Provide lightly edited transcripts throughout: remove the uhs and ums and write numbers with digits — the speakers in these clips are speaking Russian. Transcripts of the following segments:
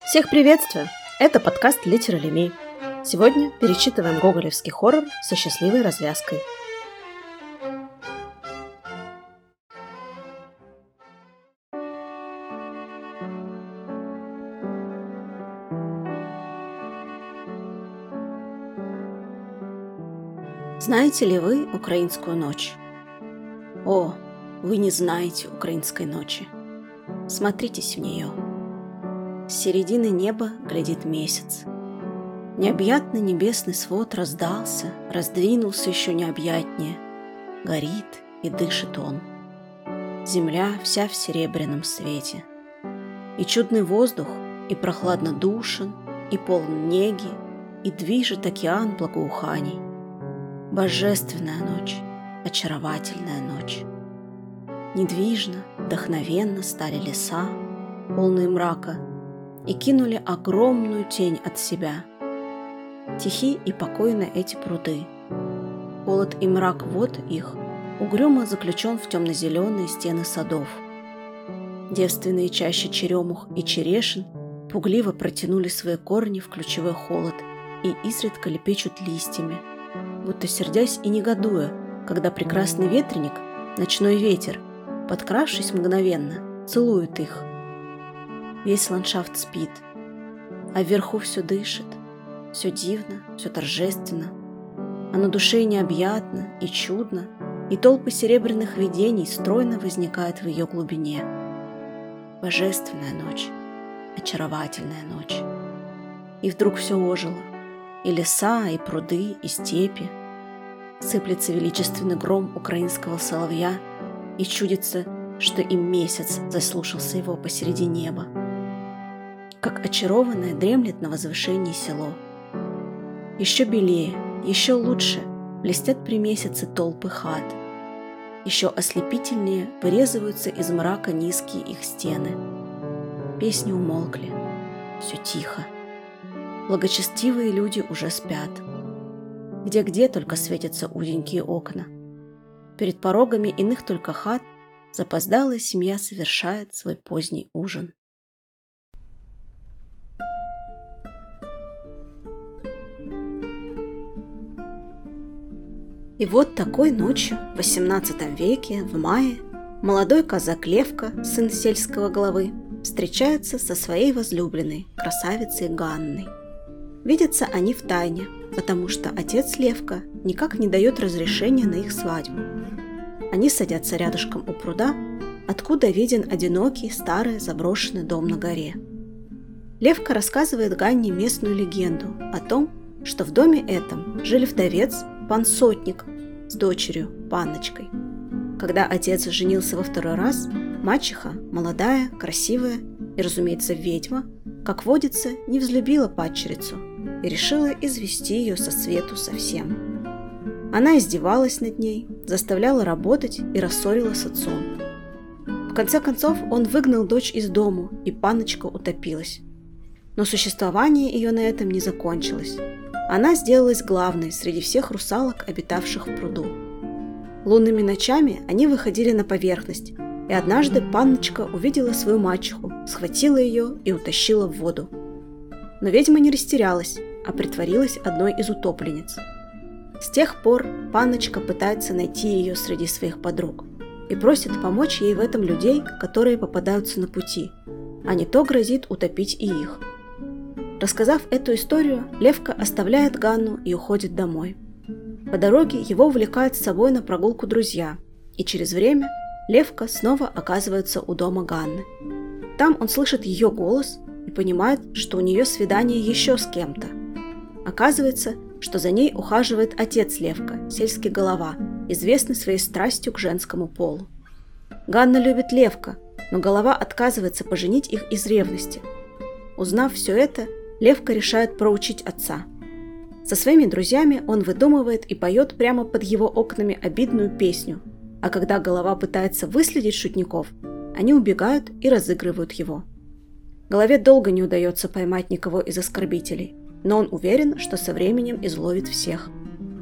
Всех приветствую! Это подкаст «Литералеми». Сегодня перечитываем гоголевский хоррор со счастливой развязкой. Знаете ли вы украинскую ночь? О, вы не знаете украинской ночи. Смотритесь в нее. С середины неба глядит месяц. Необъятный небесный свод раздался, раздвинулся еще необъятнее. Горит и дышит он. Земля вся в серебряном свете. И чудный воздух, и прохладно душен, и полн неги, и движет океан благоуханий. Божественная ночь, очаровательная ночь. Недвижно, вдохновенно стали леса, полные мрака, и кинули огромную тень от себя. Тихи и покойны эти пруды. Холод и мрак вод их угрюмо заключен в темно-зеленые стены садов. Девственные чащи черемух и черешин пугливо протянули свои корни в ключевой холод и изредка лепечут листьями, будто сердясь и негодуя, когда прекрасный ветреник, ночной ветер, подкравшись мгновенно, целует их. Весь ландшафт спит, а вверху все дышит, все дивно, все торжественно, а на душе необъятно и чудно, и толпы серебряных видений стройно возникают в ее глубине. Божественная ночь, очаровательная ночь. И вдруг все ожило, и леса, и пруды, и степи. Сыплется величественный гром украинского соловья, и чудится, что и месяц заслушался его посреди неба. Как очарованное дремлет на возвышении село. Еще белее, еще лучше блестят при месяце толпы хат. Еще ослепительнее вырезываются из мрака низкие их стены. Песни умолкли, все тихо. Благочестивые люди уже спят. Где-где только светятся узенькие окна. Перед порогами иных только хат запоздалая семья совершает свой поздний ужин. И вот такой ночью в XVIII веке, в мае, молодой казак Левка, сын сельского главы, встречается со своей возлюбленной, красавицей Ганной. Видятся они втайне, потому что отец Левка никак не дает разрешения на их свадьбу. Они садятся рядышком у пруда, откуда виден одинокий старый заброшенный дом на горе. Левка рассказывает Ганне местную легенду о том, что в доме этом жили вдовец, пан Сотник, с дочерью, панночкой. Когда отец женился во второй раз, мачеха, молодая, красивая и, разумеется, ведьма, как водится, не взлюбила падчерицу и решила извести ее со свету совсем. Она издевалась над ней, заставляла работать и рассорила с отцом. В конце концов он выгнал дочь из дому, и панночка утопилась. Но существование ее на этом не закончилось. Она сделалась главной среди всех русалок, обитавших в пруду. Лунными ночами они выходили на поверхность, и однажды панночка увидела свою мачеху, схватила ее и утащила в воду. Но ведьма не растерялась, а притворилась одной из утопленниц. С тех пор панночка пытается найти ее среди своих подруг и просит помочь ей в этом людей, которые попадаются на пути, а не то грозит утопить и их. Рассказав эту историю, Левка оставляет Ганну и уходит домой. По дороге его увлекают с собой на прогулку друзья, и через время Левка снова оказывается у дома Ганны. Там он слышит ее голос и понимает, что у нее свидание еще с кем-то. Оказывается, что за ней ухаживает отец Левка, сельский голова, известный своей страстью к женскому полу. Ганна любит Левка, но голова отказывается поженить их из ревности. Узнав все это, Левка решает проучить отца. Со своими друзьями он выдумывает и поет прямо под его окнами обидную песню, а когда голова пытается выследить шутников, они убегают и разыгрывают его. Голове долго не удается поймать никого из оскорбителей, но он уверен, что со временем изловит всех.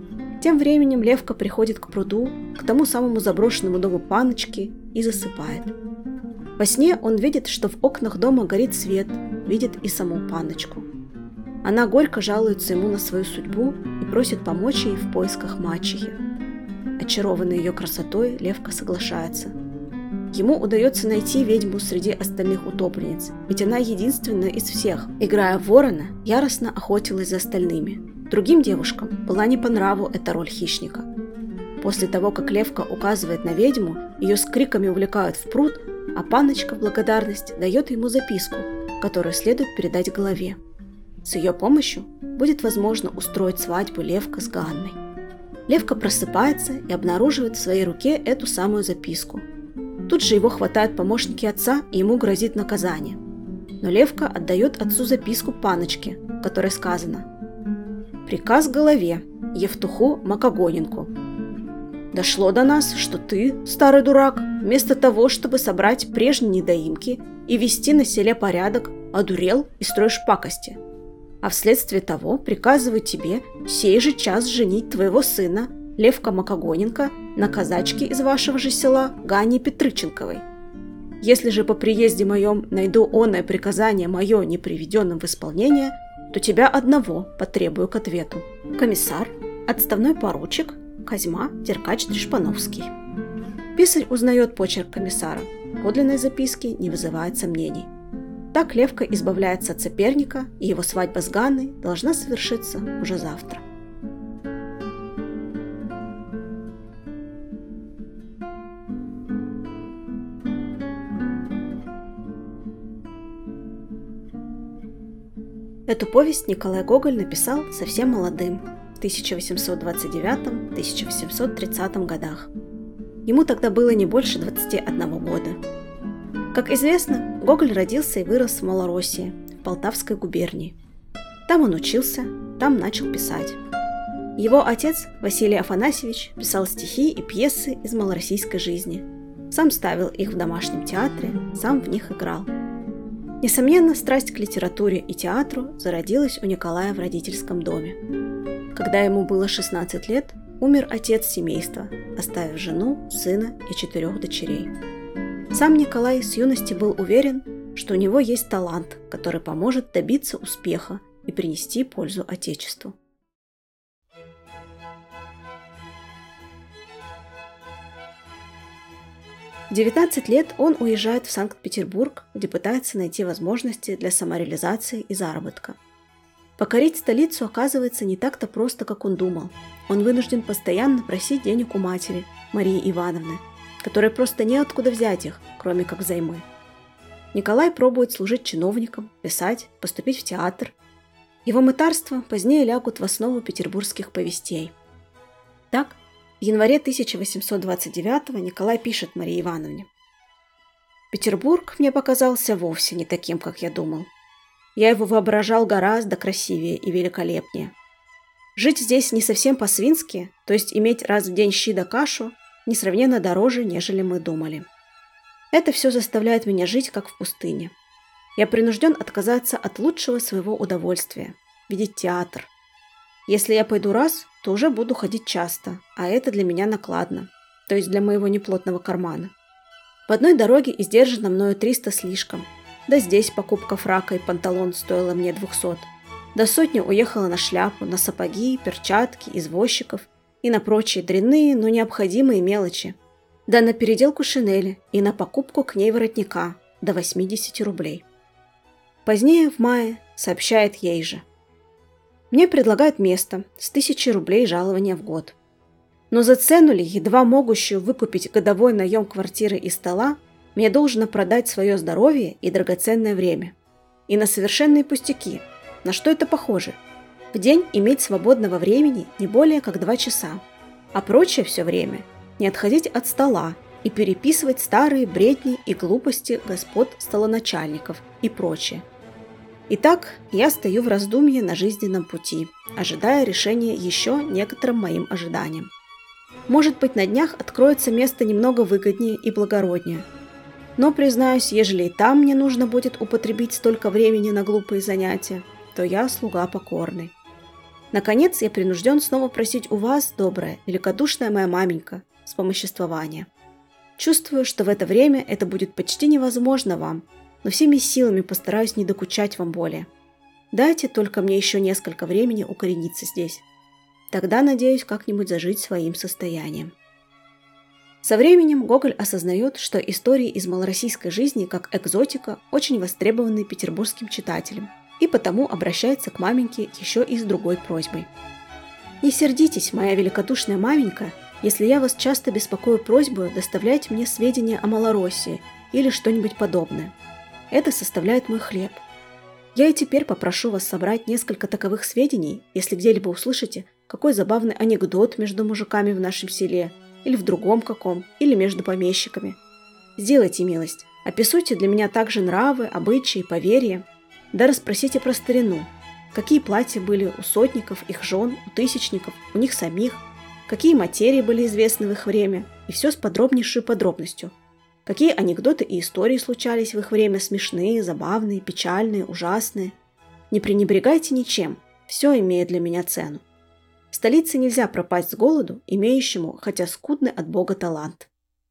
Тем временем Левка приходит к пруду, к тому самому заброшенному дому панночки и засыпает. Во сне он видит, что в окнах дома горит свет, видит и саму панночку. Она горько жалуется ему на свою судьбу и просит помочь ей в поисках мачехи. Очарованный ее красотой, Левка соглашается. Ему удается найти ведьму среди остальных утопленниц, ведь она единственная из всех, играя ворона, яростно охотилась за остальными. Другим девушкам была не по нраву эта роль хищника. После того, как Левка указывает на ведьму, ее с криками увлекают в пруд, а панночка в благодарность дает ему записку, которую следует передать Голове. С ее помощью будет возможно устроить свадьбу Левка с Ганной. Левка просыпается и обнаруживает в своей руке эту самую записку. Тут же его хватают помощники отца, и ему грозит наказание. Но Левка отдает отцу записку панночке, в которой сказано: «Приказ Голове, Евтуху Макогоненку. Дошло до нас, что ты, старый дурак, вместо того, чтобы собрать прежние недоимки и вести на селе порядок, одурел и строишь пакости. А вследствие того приказываю тебе сей же час женить твоего сына, Левка Макогоненко, на казачке из вашего же села Гане Петрыченковой. Если же по приезде моем найду оное приказание мое не приведенным в исполнение, то тебя одного потребую к ответу. Комиссар, отставной поручик, Козьма Деркач-Тришпановский». Писарь узнает почерк комиссара. Подлинной записки не вызывает сомнений. Так Левка избавляется от соперника, и его свадьба с Ганной должна совершиться уже завтра. Эту повесть Николай Гоголь написал совсем молодым, в 1829-1830 годах. Ему тогда было не больше 21 года. Как известно, Гоголь родился и вырос в Малороссии, в Полтавской губернии. Там он учился, там начал писать. Его отец, Василий Афанасьевич, писал стихи и пьесы из малороссийской жизни. Сам ставил их в домашнем театре, сам в них играл. Несомненно, страсть к литературе и театру зародилась у Николая в родительском доме. Когда ему было 16 лет, умер отец семейства, оставив жену, сына и 4 дочерей. Сам Николай с юности был уверен, что у него есть талант, который поможет добиться успеха и принести пользу Отечеству. В 19 лет он уезжает в Санкт-Петербург, где пытается найти возможности для самореализации и заработка. Покорить столицу оказывается не так-то просто, как он думал. Он вынужден постоянно просить денег у матери, Марии Ивановны, которой просто неоткуда взять их, кроме как взаймы. Николай пробует служить чиновником, писать, поступить в театр. Его мытарства позднее лягут в основу петербургских повестей. Так, в январе 1829 Николай пишет Марии Ивановне: «Петербург мне показался вовсе не таким, как я думал. Я его воображал гораздо красивее и великолепнее. Жить здесь не совсем по-свински, то есть иметь раз в день щи да кашу, несравненно дороже, нежели мы думали. Это все заставляет меня жить, как в пустыне. Я принужден отказаться от лучшего своего удовольствия – видеть театр. Если я пойду раз, то уже буду ходить часто, а это для меня накладно, то есть для моего неплотного кармана. В одной дороге издержано мною 300 слишком, да здесь покупка фрака и панталон стоила мне 200, до сотни уехала на шляпу, на сапоги, перчатки, извозчиков и на прочие дрянные, но необходимые мелочи, да на переделку шинели и на покупку к ней воротника до 80 рублей. Позднее, в мае, сообщает ей же: мне предлагают место с 1000 рублей жалования в год. Но за цену ли, едва могущую выкупить годовой наем квартиры и стола, мне должно продать свое здоровье и драгоценное время. И на совершенные пустяки. На что это похоже? В день иметь свободного времени не более как 2 часа, а прочее все время не отходить от стола и переписывать старые бредни и глупости господ столоначальников и прочее. Итак, я стою в раздумье на жизненном пути, ожидая решения еще некоторым моим ожиданиям. Может быть, на днях откроется место немного выгоднее и благороднее. Но, признаюсь, ежели и там мне нужно будет употребить столько времени на глупые занятия, то я слуга покорный. Наконец, я принужден снова просить у вас, добрая, великодушная моя маменька, вспомоществования. Чувствую, что в это время это будет почти невозможно вам, но всеми силами постараюсь не докучать вам более. Дайте только мне еще несколько времени укорениться здесь. Тогда надеюсь как-нибудь зажить своим состоянием». Со временем Гоголь осознает, что истории из малороссийской жизни как экзотика очень востребованы петербургским читателем, и потому обращается к маменьке еще и с другой просьбой. «Не сердитесь, моя великодушная маменька, если я вас часто беспокою просьбой доставлять мне сведения о Малороссии или что-нибудь подобное. Это составляет мой хлеб. Я и теперь попрошу вас собрать несколько таковых сведений, если где-либо услышите, какой забавный анекдот между мужиками в нашем селе, или в другом каком, или между помещиками. Сделайте милость, описуйте для меня также нравы, обычаи, поверья, да расспросите про старину, какие платья были у сотников, их жен, у тысячников, у них самих, какие материи были известны в их время, и все с подробнейшей подробностью. Какие анекдоты и истории случались в их время смешные, забавные, печальные, ужасные. Не пренебрегайте ничем, все имеет для меня цену. В столице нельзя пропасть с голоду, имеющему, хотя скудный от Бога талант».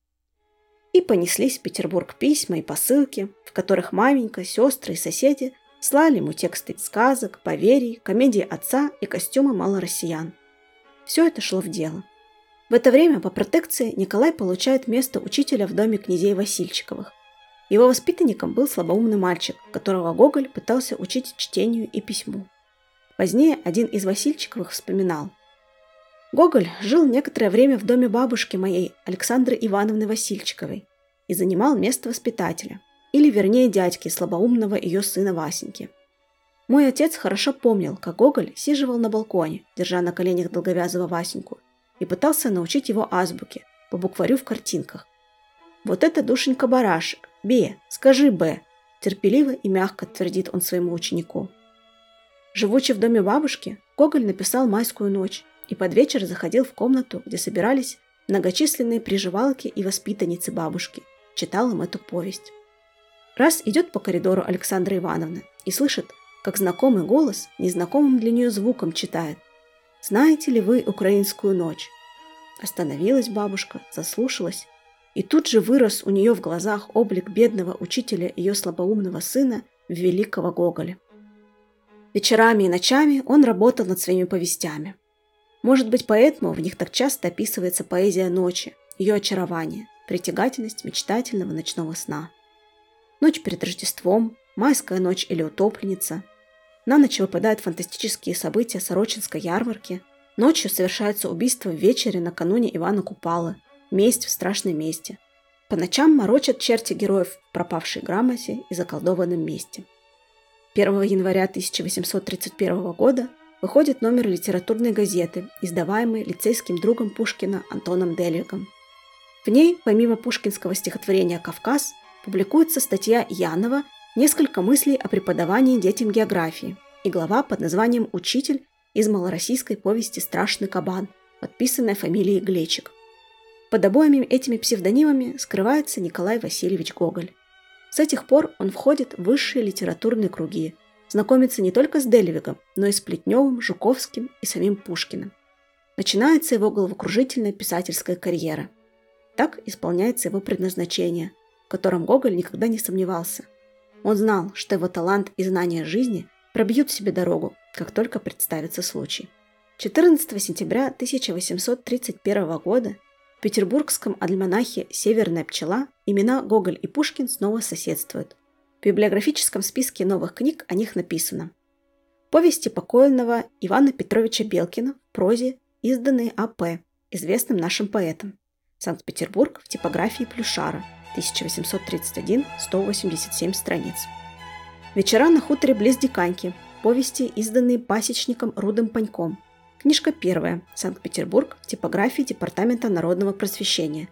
И понеслись в Петербург письма и посылки, в которых маменька, сестры и соседи слали ему тексты сказок, поверий, комедии отца и костюмы малороссиян. Все это шло в дело. В это время по протекции Николай получает место учителя в доме князей Васильчиковых. Его воспитанником был слабоумный мальчик, которого Гоголь пытался учить чтению и письму. Позднее один из Васильчиковых вспоминал: «Гоголь жил некоторое время в доме бабушки моей, Александры Ивановны Васильчиковой, и занимал место воспитателя, или вернее дядьки слабоумного ее сына Васеньки. Мой отец хорошо помнил, как Гоголь сиживал на балконе, держа на коленях долговязого Васеньку, и пытался научить его азбуке, по букварю в картинках. Вот это, душенька, барашек, Б, скажи Б, терпеливо и мягко твердит он своему ученику. Живучи в доме бабушки, Гоголь написал «Майскую ночь» и под вечер заходил в комнату, где собирались многочисленные приживалки и воспитанницы бабушки, читал им эту повесть. Раз идет по коридору Александра Ивановна и слышит, как знакомый голос незнакомым для нее звуком читает: «Знаете ли вы украинскую ночь?» Остановилась бабушка, заслушалась, и тут же вырос у нее в глазах облик бедного учителя ее слабоумного сына, великого Гоголя. Вечерами и ночами он работал над своими повестями. Может быть, поэтому в них так часто описывается поэзия ночи, ее очарование, притягательность мечтательного ночного сна. Ночь перед Рождеством, Майская ночь или Утопленница. На ночь выпадают фантастические события Сорочинской ярмарки. Ночью совершается убийство в вечере накануне Ивана Купалы, месть в страшной месте. По ночам морочат черти героев в пропавшей грамоте и заколдованном месте. 1 января 1831 года выходит номер литературной газеты, издаваемый лицейским другом Пушкина Антоном Дельвигом. В ней, помимо пушкинского стихотворения «Кавказ», публикуется статья Янова «Несколько мыслей о преподавании детям географии» и глава под названием «Учитель» из малороссийской повести «Страшный кабан», подписанная фамилией Глечик. Под обоими этими псевдонимами скрывается Николай Васильевич Гоголь. С этих пор он входит в высшие литературные круги, знакомится не только с Дельвигом, но и с Плетневым, Жуковским и самим Пушкиным. Начинается его головокружительная писательская карьера. Так исполняется его предназначение, в котором Гоголь никогда не сомневался. Он знал, что его талант и знания жизни пробьют себе дорогу, как только представится случай. 14 сентября 1831 года в петербургском альманахе «Северная пчела» имена Гоголь и Пушкин снова соседствуют. В библиографическом списке новых книг о них написано: повести покойного Ивана Петровича Белкина в прозе, изданные А.П., известным нашим поэтом. Санкт-Петербург в типографии Плюшара, 1831, 187 страниц. Вечера на хуторе близ Диканьки, повести, изданные пасечником Рудым Паньком. Книжка первая. Санкт-Петербург в типографии Департамента народного просвещения,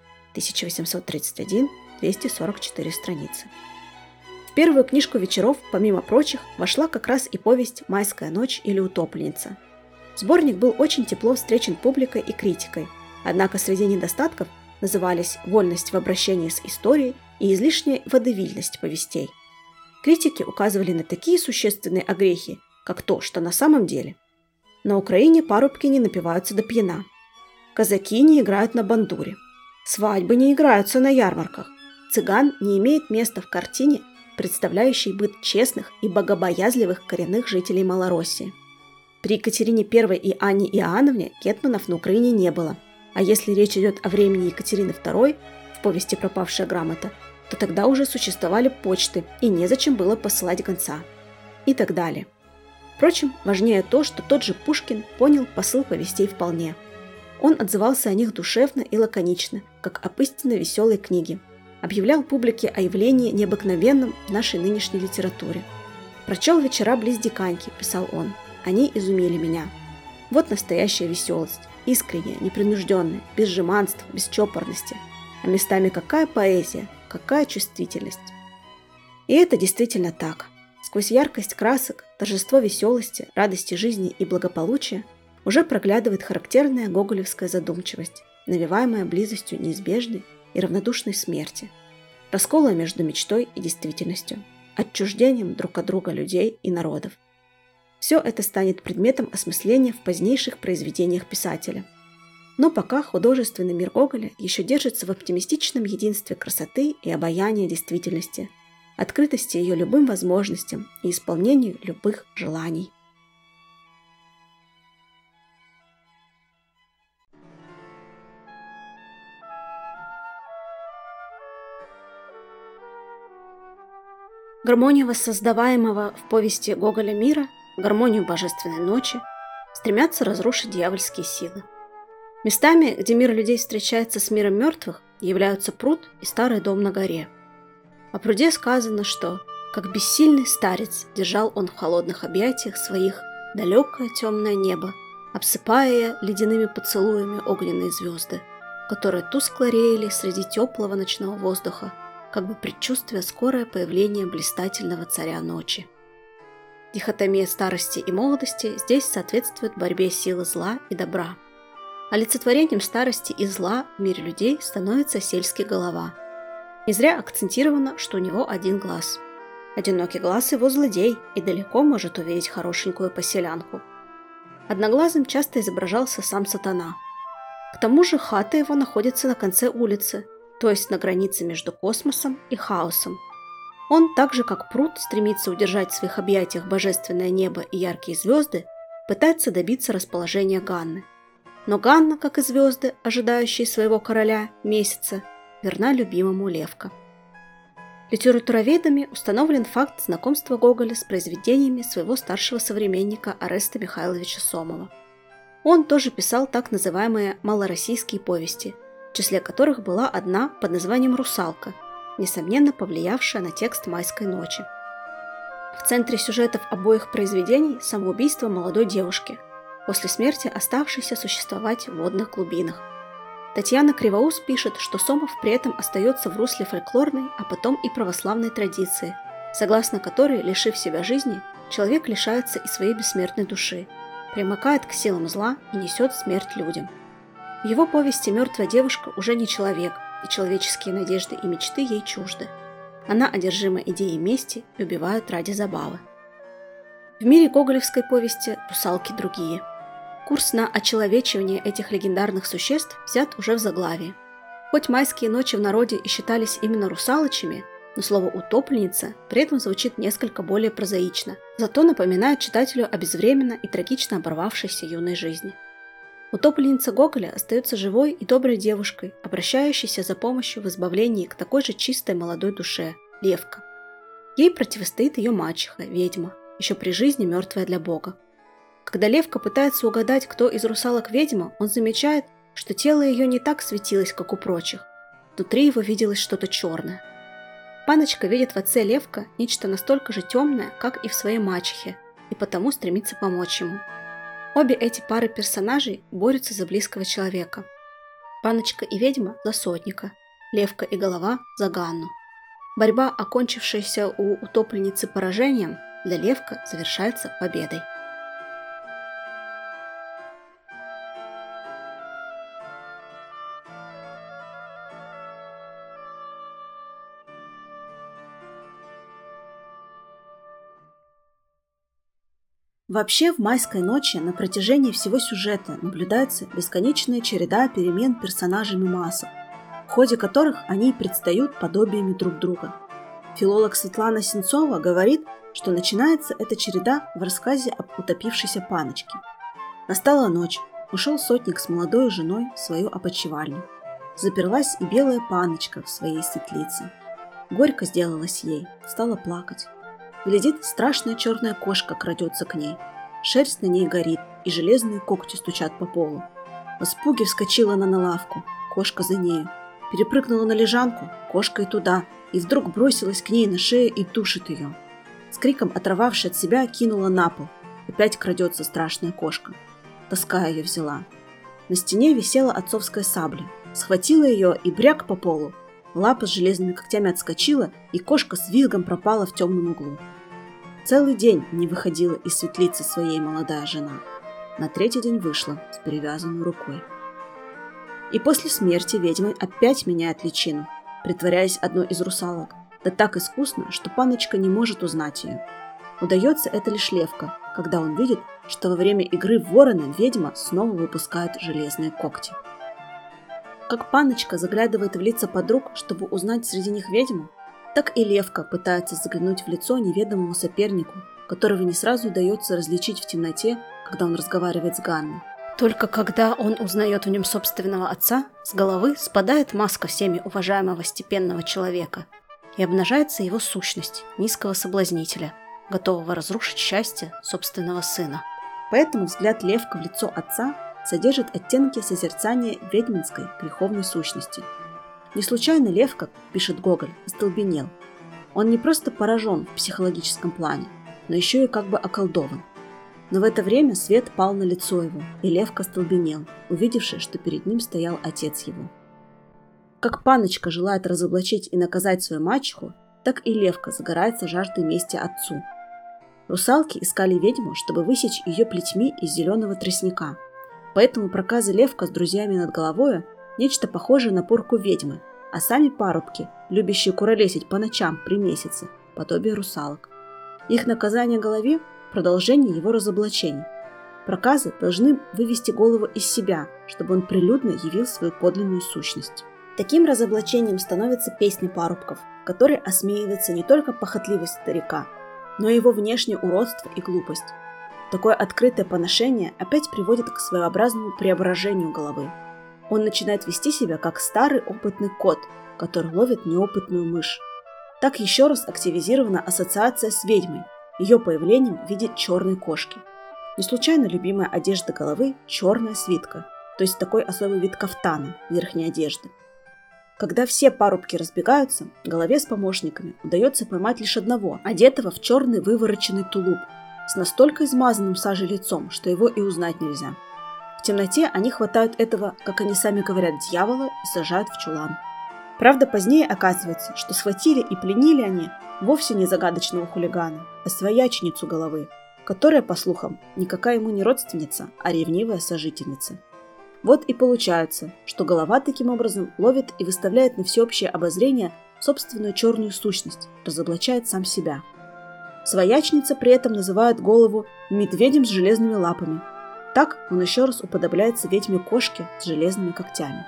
1831, 244 страницы. В первую книжку вечеров, помимо прочих, вошла как раз и повесть «Майская ночь» или «Утопленница». Сборник был очень тепло встречен публикой и критикой, однако среди недостатков назывались вольность в обращении с историей и излишняя водевильность повестей. Критики указывали на такие существенные огрехи, как то, что на самом деле на Украине парубки не напиваются до пьяна, казаки не играют на бандуре, свадьбы не играются на ярмарках, цыган не имеет места в картине представляющий быт честных и богобоязливых коренных жителей Малороссии. При Екатерине I и Анне Иоанновне гетманов на Украине не было, а если речь идет о времени Екатерины II в повести «Пропавшая грамота», то тогда уже существовали почты и незачем было посылать гонца. И так далее. Впрочем, важнее то, что тот же Пушкин понял посыл повестей вполне. Он отзывался о них душевно и лаконично, как об истинно веселой книге. Объявлял публике о явлении необыкновенном в нашей нынешней литературе. «Прочел вечера близ Диканьки», – писал он. «Они изумили меня. Вот настоящая веселость, искренняя, непринужденная, без жеманств, без чопорности. А местами какая поэзия, какая чувствительность». И это действительно так. Сквозь яркость красок, торжество веселости, радости жизни и благополучия уже проглядывает характерная гоголевская задумчивость, навеваемая близостью неизбежной и равнодушной смерти, раскола между мечтой и действительностью, отчуждением друг от друга людей и народов. Все это станет предметом осмысления в позднейших произведениях писателя. Но пока художественный мир Гоголя еще держится в оптимистичном единстве красоты и обаяния действительности, открытости ее любым возможностям и исполнению любых желаний. Гармонию воссоздаваемого в повести Гоголя мира, гармонию божественной ночи, стремятся разрушить дьявольские силы. Местами, где мир людей встречается с миром мертвых, являются пруд и старый дом на горе. О пруде сказано, что, как бессильный старец, держал он в холодных объятиях своих далекое темное небо, обсыпая ледяными поцелуями огненные звезды, которые тускло реяли среди теплого ночного воздуха, как бы предчувствуя скорое появление блистательного царя ночи. Дихотомия старости и молодости здесь соответствует борьбе силы зла и добра. Олицетворением старости и зла в мире людей становится сельский голова. Не зря акцентировано, что у него один глаз. Одинокий глаз его злодей и далеко может увидеть хорошенькую поселянку. Одноглазым часто изображался сам сатана. К тому же хата его находится на конце улицы, то есть на границе между космосом и хаосом. Он, так же как пруд, стремится удержать в своих объятиях божественное небо и яркие звезды, пытается добиться расположения Ганны. Но Ганна, как и звезды, ожидающие своего короля, месяца, верна любимому Левка. Литературоведами установлен факт знакомства Гоголя с произведениями своего старшего современника Ореста Михайловича Сомова. Он тоже писал так называемые малороссийские повести, в числе которых была одна под названием «Русалка», несомненно повлиявшая на текст «Майской ночи». В центре сюжетов обоих произведений самоубийство молодой девушки, после смерти оставшейся существовать в водных глубинах. Татьяна Кривоус пишет, что Сомов при этом остается в русле фольклорной, а потом и православной традиции, согласно которой, лишив себя жизни, человек лишается и своей бессмертной души, примыкает к силам зла и несет смерть людям. В его повести мертвая девушка уже не человек, и человеческие надежды и мечты ей чужды. Она одержима идеей мести и убивает ради забавы. В мире гоголевской повести русалки другие. Курс на очеловечивание этих легендарных существ взят уже в заглавии. Хоть майские ночи в народе и считались именно русалочами, но слово «утопленница» при этом звучит несколько более прозаично, зато напоминает читателю о безвременно и трагично оборвавшейся юной жизни. Утопленница Гоголя остается живой и доброй девушкой, обращающейся за помощью в избавлении к такой же чистой молодой душе – Левка. Ей противостоит ее мачеха, ведьма, еще при жизни мертвая для Бога. Когда Левка пытается угадать, кто из русалок ведьма, он замечает, что тело ее не так светилось, как у прочих. Внутри его виделось что-то черное. Паночка видит в отце Левка нечто настолько же темное, как и в своей мачехе, и потому стремится помочь ему. Обе эти пары персонажей борются за близкого человека. Паночка и ведьма за сотника, Левка и голова за Ганну. Борьба, окончившаяся у утопленницы поражением, для Левка завершается победой. Вообще, в «Майской ночи» на протяжении всего сюжета наблюдается бесконечная череда перемен персонажей масок, в ходе которых они предстают подобиями друг друга. Филолог Светлана Сенцова говорит, что начинается эта череда в рассказе об утопившейся паночке. Настала ночь, ушел сотник с молодой женой в свою опочивальню. Заперлась и белая паночка в своей светлице. Горько сделалось ей, стала плакать. Глядит, страшная черная кошка крадется к ней. Шерсть на ней горит, и железные когти стучат по полу. В испуге вскочила она на лавку, кошка за нею. Перепрыгнула на лежанку, кошка и туда, и вдруг бросилась к ней на шею и душит ее. С криком, оторвавшись от себя, кинула на пол. Опять крадется страшная кошка. Тоска ее взяла. На стене висела отцовская сабля. Схватила ее и бряк по полу. Лапа с железными когтями отскочила, и кошка с визгом пропала в темном углу. Целый день не выходила из светлицы своей молодая жена. На третий день вышла с перевязанной рукой. И после смерти ведьмы опять меняет личину, притворяясь одной из русалок, да так искусно, что паночка не может узнать ее. Удается это лишь Левка, когда он видит, что во время игры в ворона ведьма снова выпускает железные когти. Как паночка заглядывает в лица подруг, чтобы узнать среди них ведьму, так и Левка пытается заглянуть в лицо неведомому сопернику, которого не сразу удается различить в темноте, когда он разговаривает с Ганной. Только когда он узнает в нем собственного отца, с головы спадает маска всеми уважаемого степенного человека, и обнажается его сущность низкого соблазнителя, готового разрушить счастье собственного сына. Поэтому взгляд Левка в лицо отца содержит оттенки созерцания ведьминской греховной сущности. Не случайно Левка, пишет Гоголь, остолбенел. Он не просто поражен в психологическом плане, но еще и как бы околдован. Но в это время свет пал на лицо его, и Левка остолбенел, увидевши, что перед ним стоял отец его. Как паночка желает разоблачить и наказать свою мачеху, так и Левка загорается жаждой мести отцу. Русалки искали ведьму, чтобы высечь ее плетьми из зеленого тростника. Поэтому проказы Левка с друзьями над головою – нечто похожее на порку ведьмы, а сами парубки, любящие куролесить по ночам при месяце, подобие русалок. Их наказание голове – продолжение его разоблачений. Проказы должны вывести голову из себя, чтобы он прилюдно явил свою подлинную сущность. Таким разоблачением становится песня парубков, в которой осмеивается не только похотливость старика, но и его внешнее уродство и глупость. Такое открытое поношение опять приводит к своеобразному преображению головы. Он начинает вести себя как старый опытный кот, который ловит неопытную мышь. Так еще раз активизирована ассоциация с ведьмой, ее появлением в виде черной кошки. Не случайно любимая одежда головы – черная свитка, то есть такой особый вид кафтана, верхней одежды. Когда все парубки разбегаются, голове с помощниками удается поймать лишь одного, одетого в черный вывороченный тулуп, с настолько измазанным сажей лицом, что его и узнать нельзя. В темноте они хватают этого, как они сами говорят, дьявола и сажают в чулан. Правда, позднее оказывается, что схватили и пленили они вовсе не загадочного хулигана, а свояченицу головы, которая, по слухам, никакая ему не родственница, а ревнивая сожительница. Вот и получается, что голова таким образом ловит и выставляет на всеобщее обозрение собственную черную сущность, разоблачает сам себя. Своячница при этом называет голову медведем с железными лапами. Так он еще раз уподобляется ведьме-кошке с железными когтями.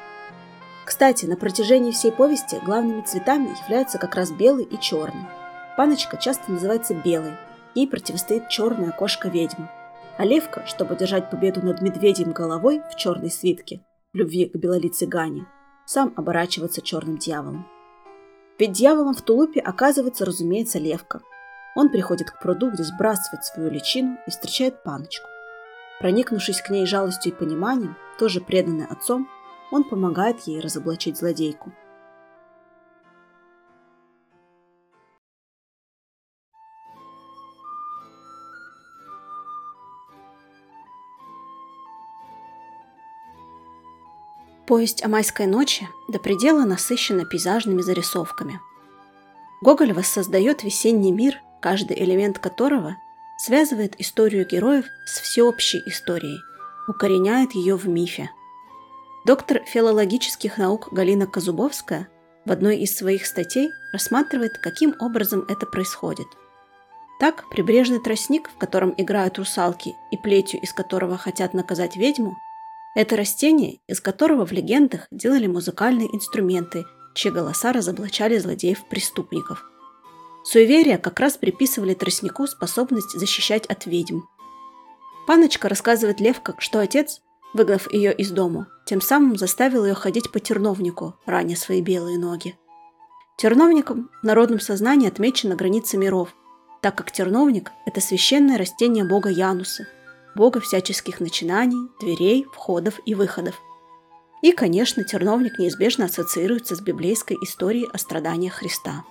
Кстати, на протяжении всей повести главными цветами являются как раз белый и черный. Паночка часто называется белой, ей противостоит черная кошка-ведьма. А Левка, чтобы держать победу над медведем головой в черной свитке, в любви к белолицей Гане, сам оборачивается черным дьяволом. Ведь дьяволом в тулупе оказывается, разумеется, Левка. Он приходит к пруду, где сбрасывает свою личину и встречает паночку. Проникнувшись к ней жалостью и пониманием, тоже преданный отцом, он помогает ей разоблачить злодейку. Повесть о майской ночи до предела насыщена пейзажными зарисовками. Гоголь воссоздает весенний мир, каждый элемент которого связывает историю героев с всеобщей историей, укореняет ее в мифе. Доктор филологических наук Галина Козубовская в одной из своих статей рассматривает, каким образом это происходит. Так, прибрежный тростник, в котором играют русалки, и плетью, из которого хотят наказать ведьму, это растение, из которого в легендах делали музыкальные инструменты, чьи голоса разоблачали злодеев-преступников. Суеверия как раз приписывали тростнику способность защищать от ведьм. Паночка рассказывает Левка, что отец, выгнав ее из дому, тем самым заставил ее ходить по терновнику, раня свои белые ноги. Терновником в народном сознании отмечена граница миров, так как терновник – это священное растение бога Януса, бога всяческих начинаний, дверей, входов и выходов. И, конечно, терновник неизбежно ассоциируется с библейской историей о страданиях Христа.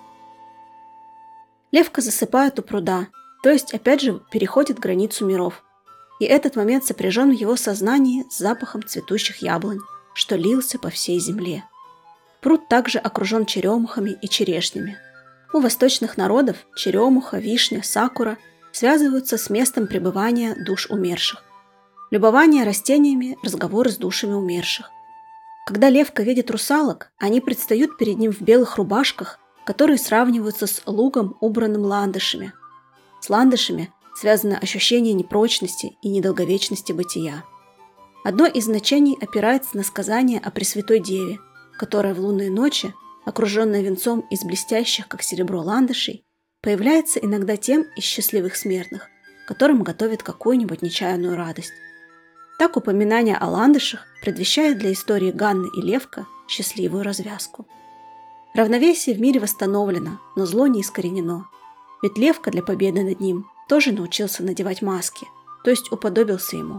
Левка засыпает у пруда, то есть опять же переходит границу миров. И этот момент сопряжен в его сознании с запахом цветущих яблонь, что лился по всей земле. Пруд также окружен черемухами и черешнями. У восточных народов черемуха, вишня, сакура связываются с местом пребывания душ умерших. Любование растениями, разговоры с душами умерших. Когда Левка видит русалок, они предстают перед ним в белых рубашках, которые сравниваются с лугом, убранным ландышами. С ландышами связано ощущение непрочности и недолговечности бытия. Одно из значений опирается на сказание о Пресвятой Деве, которая в лунные ночи, окруженная венцом из блестящих, как серебро, ландышей, появляется иногда тем из счастливых смертных, которым готовят какую-нибудь нечаянную радость. Так упоминание о ландышах предвещает для истории Ганны и Левка счастливую развязку. Равновесие в мире восстановлено, но зло не искоренено. Ведь Левка для победы над ним тоже научился надевать маски, то есть уподобился ему.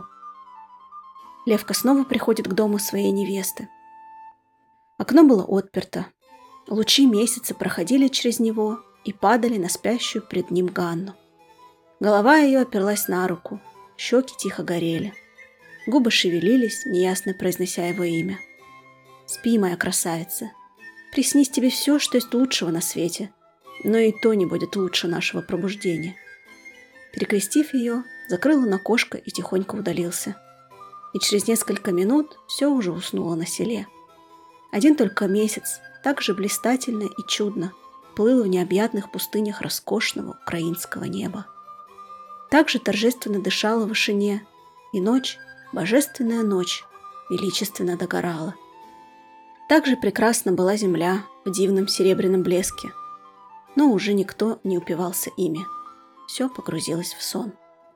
Левка снова приходит к дому своей невесты. Окно было отперто. Лучи месяца проходили через него и падали на спящую пред ним Ганну. Голова ее оперлась на руку, щеки тихо горели. Губы шевелились, неясно произнося его имя. «Спи, моя красавица. Приснись тебе все, что есть лучшего на свете, но и то не будет лучше нашего пробуждения». Перекрестив ее, закрыл он окошко и тихонько удалился. И через несколько минут все уже уснуло на селе. Один только месяц, так же блистательно и чудно, плыл в необъятных пустынях роскошного украинского неба. Так же торжественно дышала в вышине, и ночь, божественная ночь, величественно догорала. Так же прекрасна была земля в дивном серебряном блеске, но уже никто не упивался ими. Все погрузилось в сон.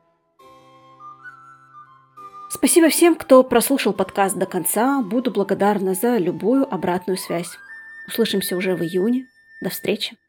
Спасибо всем, кто прослушал подкаст до конца. Буду благодарна за любую обратную связь. Услышимся уже в июне. До встречи.